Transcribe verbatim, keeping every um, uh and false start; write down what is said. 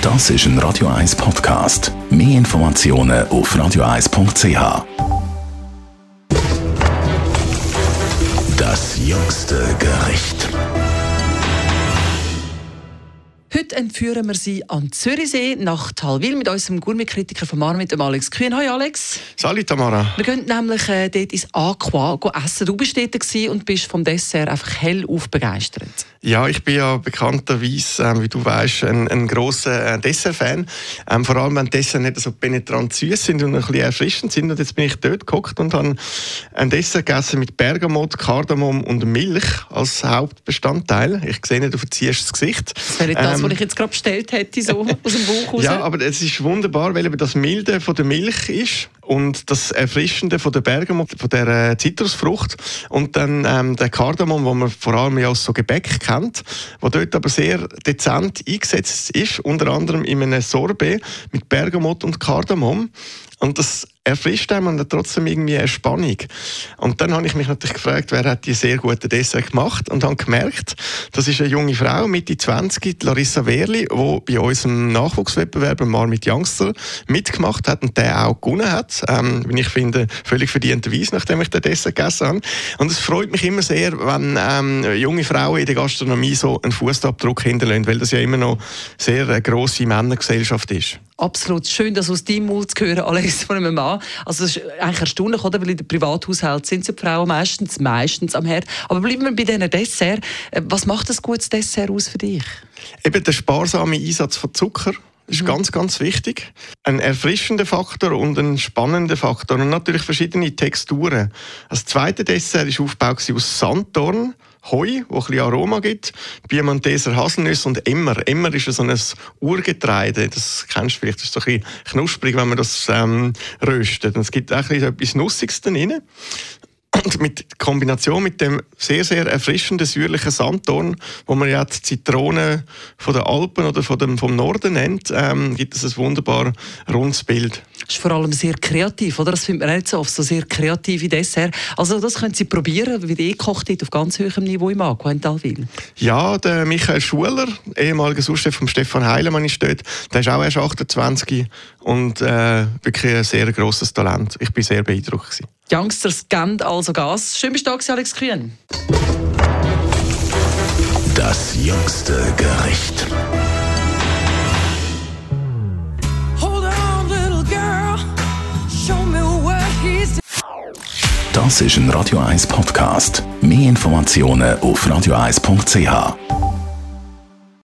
Das ist ein Radio eins Podcast. Mehr Informationen auf radio eins punkt c h. Das jüngste Gericht. Heute entführen wir Sie an Zürichsee nach Talwil mit unserem Gourmet-Kritiker von Mar, mit dem Alex Kühn. Hallo Alex. Salut Tamara. Wir gehen nämlich äh, dort ins Aqua essen. Du bist dort und bist vom Dessert einfach hellauf begeistert. Ja, ich bin ja bekannterweise, ähm, wie du weißt, ein, ein grosser äh, Dessert-Fan. Ähm, vor allem, wenn die Desserts nicht so penetrant süß sind und ein bisschen erfrischend sind. Und jetzt bin ich dort gehockt und habe ein Dessert gegessen mit Bergamot, Kardamom und Milch als Hauptbestandteil. Ich sehe nicht, du verziehst das Gesicht. Das wäre nicht das, ähm, was ich jetzt gerade bestellt hätte, so aus dem Bauch raus. Ja, aber es ist wunderbar, weil eben das Milde von der Milch ist und das Erfrischende von der Bergamot, von der äh, Zitrusfrucht und dann ähm, der Kardamom, den man vor allem ja aus so Gebäck kennt, der dort aber sehr dezent eingesetzt ist, unter anderem in einem Sorbet mit Bergamot und Kardamom. Und das erfrischt einem und hat trotzdem irgendwie eine Spannung. Und dann habe ich mich natürlich gefragt, wer hat die sehr gute Dessert gemacht und habe gemerkt, das ist eine junge Frau, Mitte zwanzig, Larissa Wehrli, die bei unserem Nachwuchswettbewerb Mar mit Youngster mitgemacht hat und der auch gewonnen hat. Ähm, wie ich finde, völlig verdienterweise, nachdem ich den Dessert gegessen habe. Und es freut mich immer sehr, wenn ähm, junge Frauen in der Gastronomie so einen Fußabdruck hinterlassen, weil das ja immer noch sehr eine grosse Männergesellschaft ist. Absolut. Schön, das aus deinem Mund zu hören, Alex, von einem Mann. Also das ist eigentlich erstaunlich, oder? Weil in den Privathaushalten sind die Frauen meistens, meistens am Herd. Aber bleiben wir bei diesen Dessert. Was macht ein gutes Dessert aus für dich? Eben der sparsame Einsatz von Zucker. Das ist mhm. ganz, ganz wichtig. Ein erfrischender Faktor und ein spannender Faktor. Und natürlich verschiedene Texturen. Das zweite Dessert war aufgebaut aus Sanddorn, Heu, das ein bisschen Aroma gibt, Piemonteser Haselnüsse und Emmer. Emmer ist so ein Urgetreide. Das kennst du vielleicht. Das ist so ein bisschen knusprig, wenn man das ähm, röstet. Und es gibt auch etwas Nussiges drin. Und mit Kombination mit dem sehr, sehr erfrischenden, säuerlichen Sanddorn, wo man ja die Zitrone von den Alpen oder von dem, vom Norden nennt, ähm, gibt es ein wunderbar rundes Bild. Das ist vor allem sehr kreativ, oder? Das findet man nicht so oft, so sehr kreative Dessert. Also das können Sie probieren, wie die gekocht hat, auf ganz hohem Niveau im Aqua in Talwil. Ja, der Michael Schuler, ehemaliger Souschef von Stefan Heilemann, ist dort. Der ist auch erst achtundzwanzig und äh, wirklich ein sehr grosses Talent. Ich bin sehr beeindruckt. Die Youngsters geben also Gas. Schön bist du da, Alex Kühn. Das jüngste Gericht. Das ist ein Radio eins Podcast. Mehr Informationen auf radio eins punkt c h.